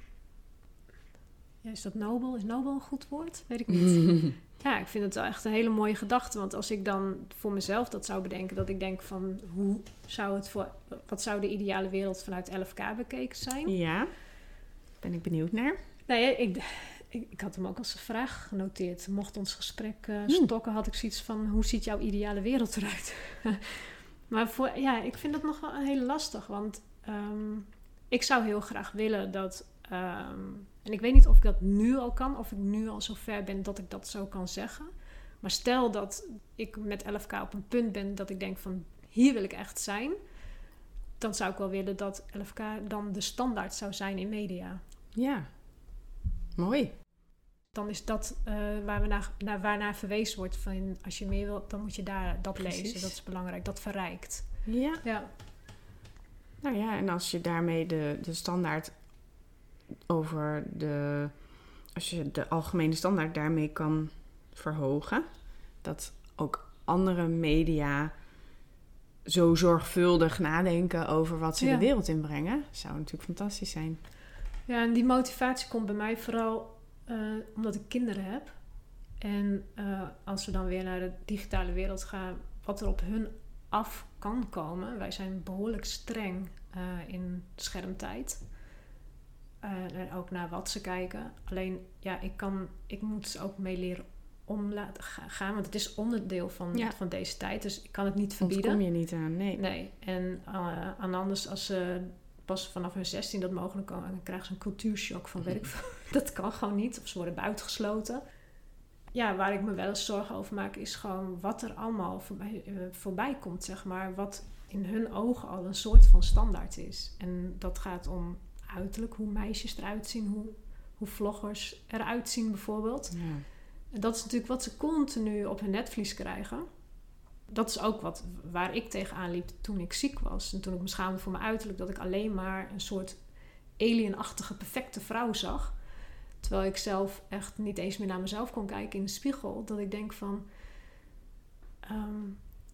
ja, is dat nobel? Is nobel een goed woord? Weet ik niet. Ja, ik vind het wel echt een hele mooie gedachte. Want als ik dan voor mezelf dat zou bedenken, dat ik denk van hoe zou het voor, wat zou de ideale wereld vanuit elf K bekeken zijn? Ja, ben ik benieuwd naar. Nou ja, ik, ik, ik had hem ook als een vraag genoteerd. Mocht ons gesprek uh, Hmm. stokken, had ik zoiets van hoe ziet jouw ideale wereld eruit? Maar voor, ja, ik vind dat nog wel heel lastig. Want um, ik zou heel graag willen dat... Um, en ik weet niet of ik dat nu al kan, of ik nu al zo ver ben dat ik dat zo kan zeggen. Maar stel dat ik met elf K op een punt ben dat ik denk van hier wil ik echt zijn. Dan zou ik wel willen dat elf K dan de standaard zou zijn in media. Ja, mooi. Dan is dat uh, waar we naar, naar, waarnaar verwezen wordt. Van als je meer wilt, dan moet je daar dat Precies. lezen. Dat is belangrijk. Dat verrijkt. Ja. Ja. Nou ja, en als je daarmee de, de standaard over de... Als je de algemene standaard daarmee kan verhogen, dat ook andere media zo zorgvuldig nadenken over wat ze Ja. de wereld inbrengen, zou natuurlijk fantastisch zijn. Ja, en die motivatie komt bij mij vooral uh, omdat ik kinderen heb. En uh, als we dan weer naar de digitale wereld gaan, wat er op hun af kan komen. Wij zijn behoorlijk streng uh, in schermtijd. Uh, en ook naar wat ze kijken. Alleen, ja, ik, kan, ik moet ze ook mee leren om laten gaan. Want het is onderdeel van, Ja. van deze tijd. Dus ik kan het niet verbieden. Ontkom je niet aan, nee. Nee. En uh, aan anders als ze pas vanaf hun zestien dat mogelijk kan, dan krijgen ze een cultuurshock van werk. Dat kan gewoon niet. Of ze worden buitengesloten. Ja, waar ik me wel eens zorgen over maak, is gewoon wat er allemaal voorbij, uh, voorbij komt, zeg maar. Wat in hun ogen al een soort van standaard is. En dat gaat om uiterlijk, hoe meisjes eruit zien, hoe, hoe vloggers eruit zien bijvoorbeeld. Ja. En dat is natuurlijk wat ze continu op hun netvlies krijgen. Dat is ook wat, waar ik tegenaan liep toen ik ziek was. En toen ik me schaamde voor mijn uiterlijk, dat ik alleen maar een soort alienachtige perfecte vrouw zag. Terwijl ik zelf echt niet eens meer naar mezelf kon kijken in de spiegel. Dat ik denk van... Um,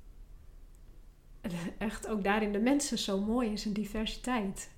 echt ook daarin de mensen zo mooi is, een diversiteit.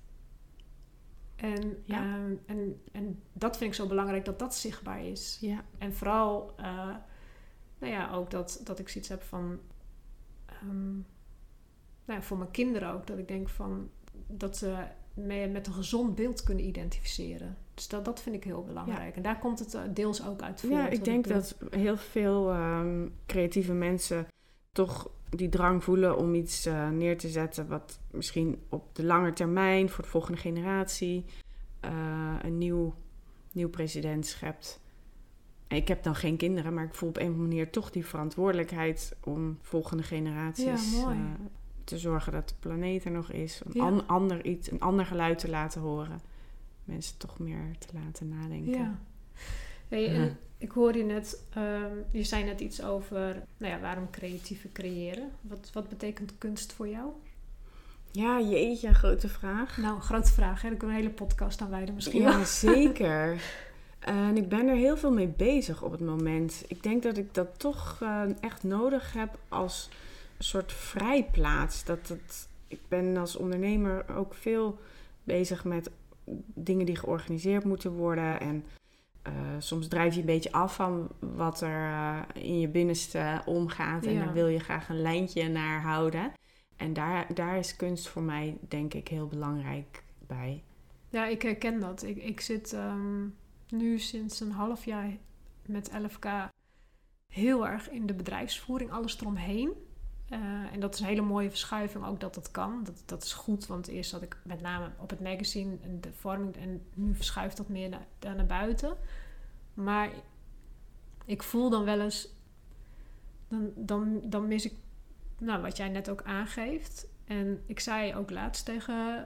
En, Ja. um, en, en dat vind ik zo belangrijk, dat dat zichtbaar is. Ja. En vooral, uh, nou ja, ook dat, dat ik zoiets heb van... Um, nou ja, voor mijn kinderen ook, dat ik denk van... dat ze me met een gezond beeld kunnen identificeren. Dus dat, dat vind ik heel belangrijk. Ja. En daar komt het uh, deels ook uit voort. Ja, ik denk ik dat heel veel um, creatieve mensen toch die drang voelen om iets uh, neer te zetten wat misschien op de lange termijn voor de volgende generatie uh, een nieuw, nieuw president schept. En ik heb dan geen kinderen, maar ik voel op een of andere manier toch die verantwoordelijkheid om volgende generaties ja, mooi. Uh, te zorgen dat de planeet er nog is. Een, ja. an, ander, iets, een ander geluid te laten horen. Mensen toch meer te laten nadenken. Ja. Hey, en ja. Ik hoorde je net, um, je zei net iets over, nou ja, waarom creatieve creëren. Wat, wat betekent kunst voor jou? Ja, jeetje, een grote vraag. Nou, een grote vraag, hè? Daar kunnen we een hele podcast aan wijden misschien. Ja, zeker. Uh, en ik ben er heel veel mee bezig op het moment. Ik denk dat ik dat toch uh, echt nodig heb als een soort vrijplaats. Dat het, ik ben als ondernemer ook veel bezig met dingen die georganiseerd moeten worden. En uh, soms drijf je een beetje af van wat er uh, in je binnenste omgaat. En ja. daar wil je graag een lijntje naar houden. En daar, daar is kunst voor mij, denk ik, heel belangrijk bij. Ja, ik herken dat. Ik, ik zit um, nu sinds een half jaar met elf K heel erg in de bedrijfsvoering, alles eromheen. Uh, en dat is een hele mooie verschuiving, ook dat dat kan. Dat, dat is goed, want eerst zat ik met name op het magazine en de vorming en nu verschuift dat meer naar, daar naar buiten. Maar ik voel dan wel eens, dan, dan, dan mis ik, nou, wat jij net ook aangeeft. En ik zei ook laatst tegen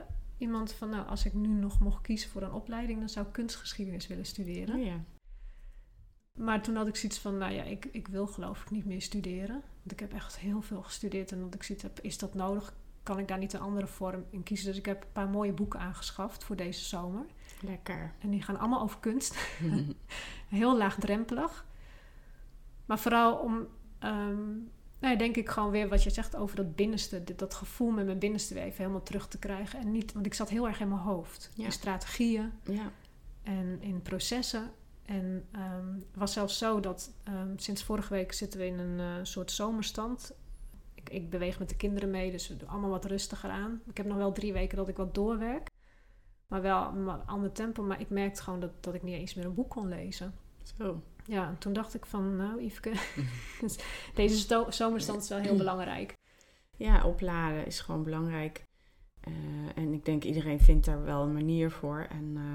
iemand van, nou, als ik nu nog mocht kiezen voor een opleiding, dan zou ik kunstgeschiedenis willen studeren. Oh ja. Maar toen had ik zoiets van, nou ja, ik, ik wil geloof ik niet meer studeren. Want ik heb echt heel veel gestudeerd en dat ik zoiets heb, is dat nodig? Kan ik daar niet een andere vorm in kiezen? Dus ik heb een paar mooie boeken aangeschaft voor deze zomer. Lekker. En die gaan allemaal over kunst. Heel laagdrempelig. Maar vooral om, um, nou ja, denk ik gewoon weer wat je zegt over dat binnenste, dit, dat gevoel met mijn binnenste weer even helemaal terug te krijgen. En niet, want ik zat heel erg in mijn hoofd. Ja. In strategieën ja. en in processen. En um, het was zelfs zo dat um, sinds vorige week zitten we in een uh, soort zomerstand. Ik, ik beweeg met de kinderen mee, dus we doen allemaal wat rustiger aan. Ik heb nog wel drie weken dat ik wat doorwerk. Maar wel een ander tempo. Maar ik merkte gewoon dat, dat ik niet eens meer een boek kon lezen. Zo. Ja, en toen dacht ik van, nou Yveske, dus deze sto- zomerstand is wel heel belangrijk. Ja, opladen is gewoon belangrijk. Uh, en ik denk iedereen vindt daar wel een manier voor. En uh,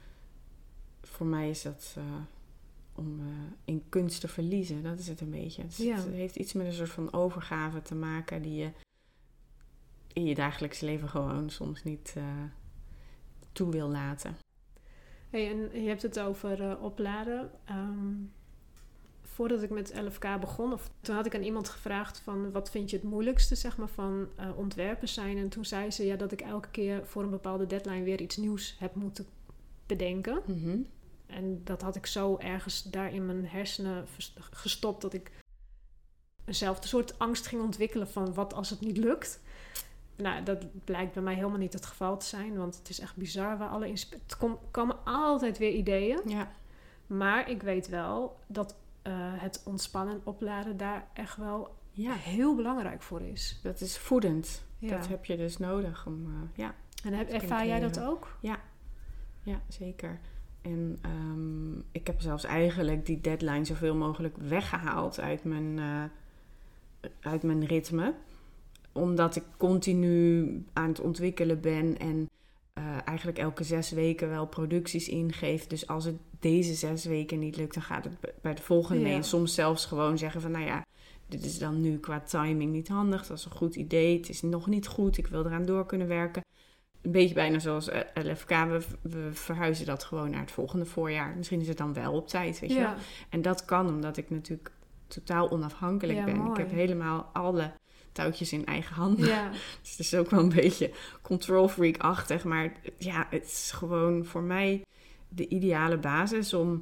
voor mij is dat uh, om uh, in kunst te verliezen. Dat is het een beetje. Het, ja. het heeft iets met een soort van overgave te maken die je in je dagelijks leven gewoon soms niet uh, toe wil laten. Hey, en je hebt het over uh, opladen. Um, voordat ik met L F K begon, of toen had ik aan iemand gevraagd van wat vind je het moeilijkste, zeg maar, van uh, ontwerpers zijn. En toen zei ze ja, dat ik elke keer voor een bepaalde deadline weer iets nieuws heb moeten bedenken. Mm-hmm. En dat had ik zo ergens daar in mijn hersenen gestopt dat ik eenzelfde soort angst ging ontwikkelen van wat als het niet lukt. Nou, dat blijkt bij mij helemaal niet het geval te zijn. Want het is echt bizar waar alle insp- Het kom, komen altijd weer ideeën. Ja. Maar ik weet wel dat uh, het ontspannen en opladen daar echt wel ja. heel belangrijk voor is. Dat is voedend. Ja. Dat heb je dus nodig om, uh, ja. En heb, ervaar jij dat ook? Ja, ja zeker. En um, ik heb zelfs eigenlijk die deadline zoveel mogelijk weggehaald uit mijn, uh, uit mijn ritme. Omdat ik continu aan het ontwikkelen ben en uh, eigenlijk elke zes weken wel producties ingeef. Dus als het deze zes weken niet lukt, dan gaat het bij de volgende mee. Ja. En soms zelfs gewoon zeggen van, nou ja, dit is dan nu qua timing niet handig. Dat is een goed idee. Het is nog niet goed. Ik wil eraan door kunnen werken. Een beetje bijna zoals L F K. We, we verhuizen dat gewoon naar het volgende voorjaar. Misschien is het dan wel op tijd, weet je Ja. wel. En dat kan omdat ik natuurlijk totaal onafhankelijk Ja, ben. mooi. Ik heb helemaal alle touwtjes in eigen handen. Ja. Dus het is ook wel een beetje control freak-achtig. Maar ja, het is gewoon voor mij de ideale basis om,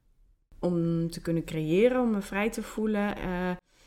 om te kunnen creëren, om me vrij te voelen. Uh,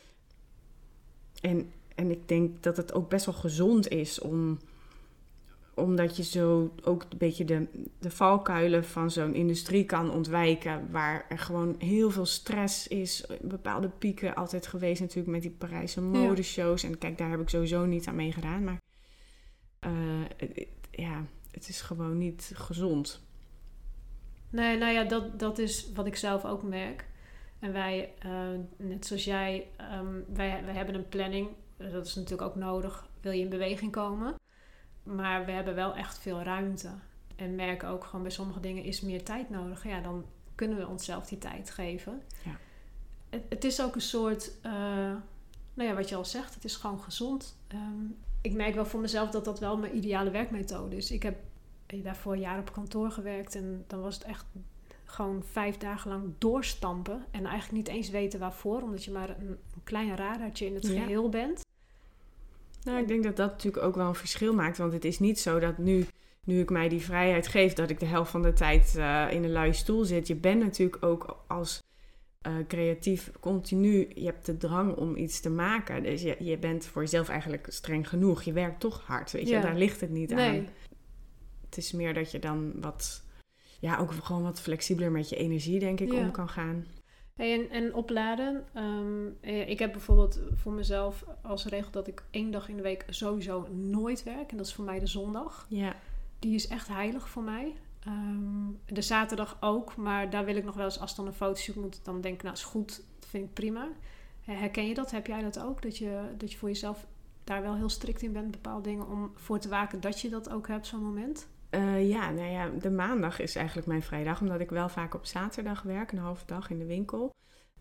en, en ik denk dat het ook best wel gezond is om, omdat je zo ook een beetje de, de valkuilen van zo'n industrie kan ontwijken, waar er gewoon heel veel stress is. Bepaalde pieken altijd geweest natuurlijk met die Parijse modeshows. Ja. En kijk, daar heb ik sowieso niet aan meegedaan. Maar uh, het, ja, het is gewoon niet gezond. Nee, nou ja, dat, dat is wat ik zelf ook merk. En wij, uh, net zoals jij, um, wij, wij hebben een planning. Dat is natuurlijk ook nodig. Wil je in beweging komen? Maar we hebben wel echt veel ruimte. En merken ook gewoon bij sommige dingen is meer tijd nodig. Ja, dan kunnen we onszelf die tijd geven. Ja. Het, het is ook een soort, uh, nou ja, wat je al zegt, het is gewoon gezond. Um, ik merk wel voor mezelf dat dat wel mijn ideale werkmethode is. Ik heb daarvoor een jaar op kantoor gewerkt en dan was het echt gewoon vijf dagen lang doorstampen. En eigenlijk niet eens weten waarvoor, omdat je maar een, een klein radartje in het Ja. geheel bent. Nou, ik denk dat dat natuurlijk ook wel een verschil maakt. Want het is niet zo dat nu, nu ik mij die vrijheid geef, dat ik de helft van de tijd uh, in een luie stoel zit. Je bent natuurlijk ook als uh, creatief continu, je hebt de drang om iets te maken. Dus je, je bent voor jezelf eigenlijk streng genoeg. Je werkt toch hard, weet je. Ja. Daar ligt het niet Nee. aan. Het is meer dat je dan wat, ja, ook gewoon wat flexibeler met je energie, denk ik, Ja. om kan gaan. Hey, en, en opladen. Um, ik heb bijvoorbeeld voor mezelf als regel dat ik één dag in de week sowieso nooit werk. En dat is voor mij de zondag. Ja. Die is echt heilig voor mij. Um, de zaterdag ook. Maar daar wil ik nog wel eens, als dan een fotoshoot moet, dan denk ik, nou is goed. Dat vind ik prima. Herken je dat? Heb jij dat ook? Dat je, dat je voor jezelf daar wel heel strikt in bent. Bepaalde dingen om voor te waken dat je dat ook hebt, zo'n moment? Uh, ja, nou ja, de maandag is eigenlijk mijn vrijdag, omdat ik wel vaak op zaterdag werk, een halve dag in de winkel.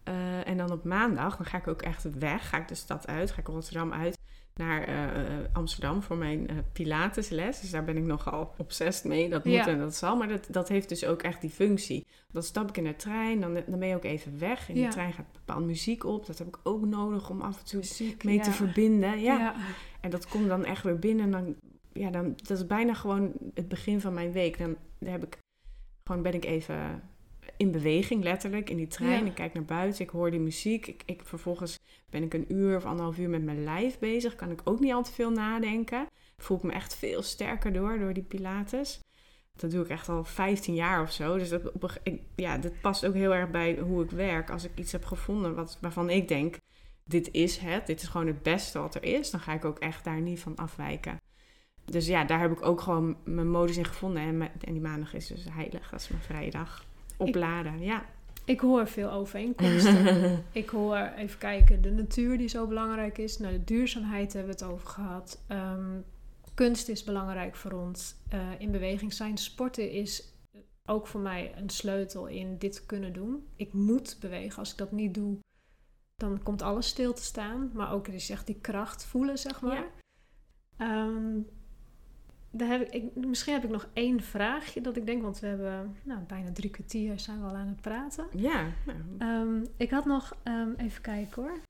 Uh, en dan op maandag, dan ga ik ook echt weg. Ga ik de stad uit, ga ik Rotterdam uit naar uh, Amsterdam voor mijn uh, Pilatesles. Dus daar ben ik nogal obsessed mee. Dat moet ja. en dat zal. Maar dat, dat heeft dus ook echt die functie. Dan stap ik in de trein, dan, dan ben je ook even weg. In ja. de trein gaat bepaalde muziek op. Dat heb ik ook nodig om af en toe muziek, mee ja. te verbinden. Ja. ja. En dat komt dan echt weer binnen. En dan, ja, dan, dat is bijna gewoon het begin van mijn week. Dan, dan heb ik, gewoon ben ik even in beweging, letterlijk, in die trein. Ja. Ik kijk naar buiten, ik hoor die muziek. Ik, ik, vervolgens ben ik een uur of anderhalf uur met mijn lijf bezig. Kan ik ook niet al te veel nadenken. Voel ik me echt veel sterker door, door die Pilates. Dat doe ik echt al vijftien jaar of zo. Dus dat, op, ik, ja, dat past ook heel erg bij hoe ik werk. Als ik iets heb gevonden wat, waarvan ik denk, dit is het. Dit is gewoon het beste wat er is. Dan ga ik ook echt daar niet van afwijken. Dus ja, daar heb ik ook gewoon mijn modus in gevonden. En, en die maandag is dus heilig. Dat is mijn vrije dag. Opladen, ik, ja. Ik hoor veel overeenkomsten. Ik hoor, even kijken, de natuur die zo belangrijk is. Nou, de duurzaamheid hebben we het over gehad. Um, kunst is belangrijk voor ons. Uh, in beweging zijn. Sporten is ook voor mij een sleutel in dit kunnen doen. Ik moet bewegen. Als ik dat niet doe, dan komt alles stil te staan. Maar ook, je zegt, die kracht voelen, zeg maar. Ja. Um, Daar heb ik, ik, misschien heb ik nog één vraagje dat ik denk, want we hebben nou, bijna drie kwartier zijn we al aan het praten. Ja. Nou. Um, ik had nog, um, even kijken hoor.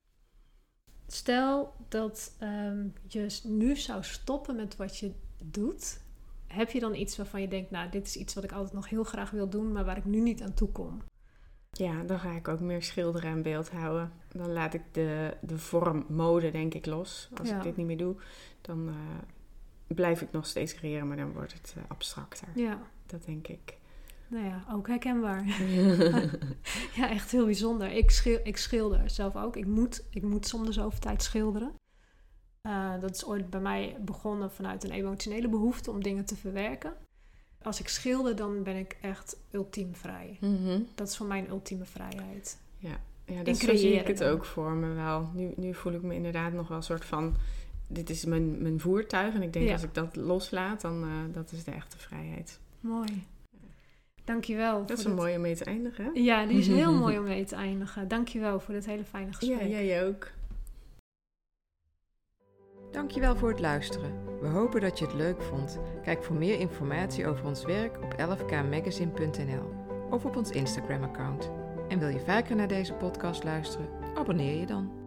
Stel dat um, je nu zou stoppen met wat je doet. Heb je dan iets waarvan je denkt, nou, dit is iets wat ik altijd nog heel graag wil doen, maar waar ik nu niet aan toe kom? Ja, dan ga ik ook meer schilderen en beeld houden. Dan laat ik de, de vorm mode, denk ik, los. Als ja. ik dit niet meer doe, dan... Uh, blijf ik nog steeds creëren, maar dan wordt het uh, abstracter. Ja. Dat denk ik. Nou ja, ook herkenbaar. Ja, echt heel bijzonder. Ik, schil, ik schilder zelf ook. Ik moet, ik moet soms de zoveel tijd schilderen. Uh, dat is ooit bij mij begonnen vanuit een emotionele behoefte om dingen te verwerken. Als ik schilder, dan ben ik echt ultiem vrij. Mm-hmm. Dat is voor mij een ultieme vrijheid. Ja, ja dat zo zie ik het dan ook voor me wel. Nu, nu voel ik me inderdaad nog wel een soort van... Dit is mijn, mijn voertuig en ik denk ja. als ik dat loslaat, dan uh, dat is de echte vrijheid. Mooi. Dankjewel. Dat is een mooie om mee te eindigen. Ja, die is heel mooi om mee te eindigen. Dankjewel voor dit hele fijne gesprek. Ja, jij ook. Dankjewel voor het luisteren. We hopen dat je het leuk vond. Kijk voor meer informatie over ons werk op elf k magazine punt n l of op ons Instagram-account. En wil je vaker naar deze podcast luisteren? Abonneer je dan.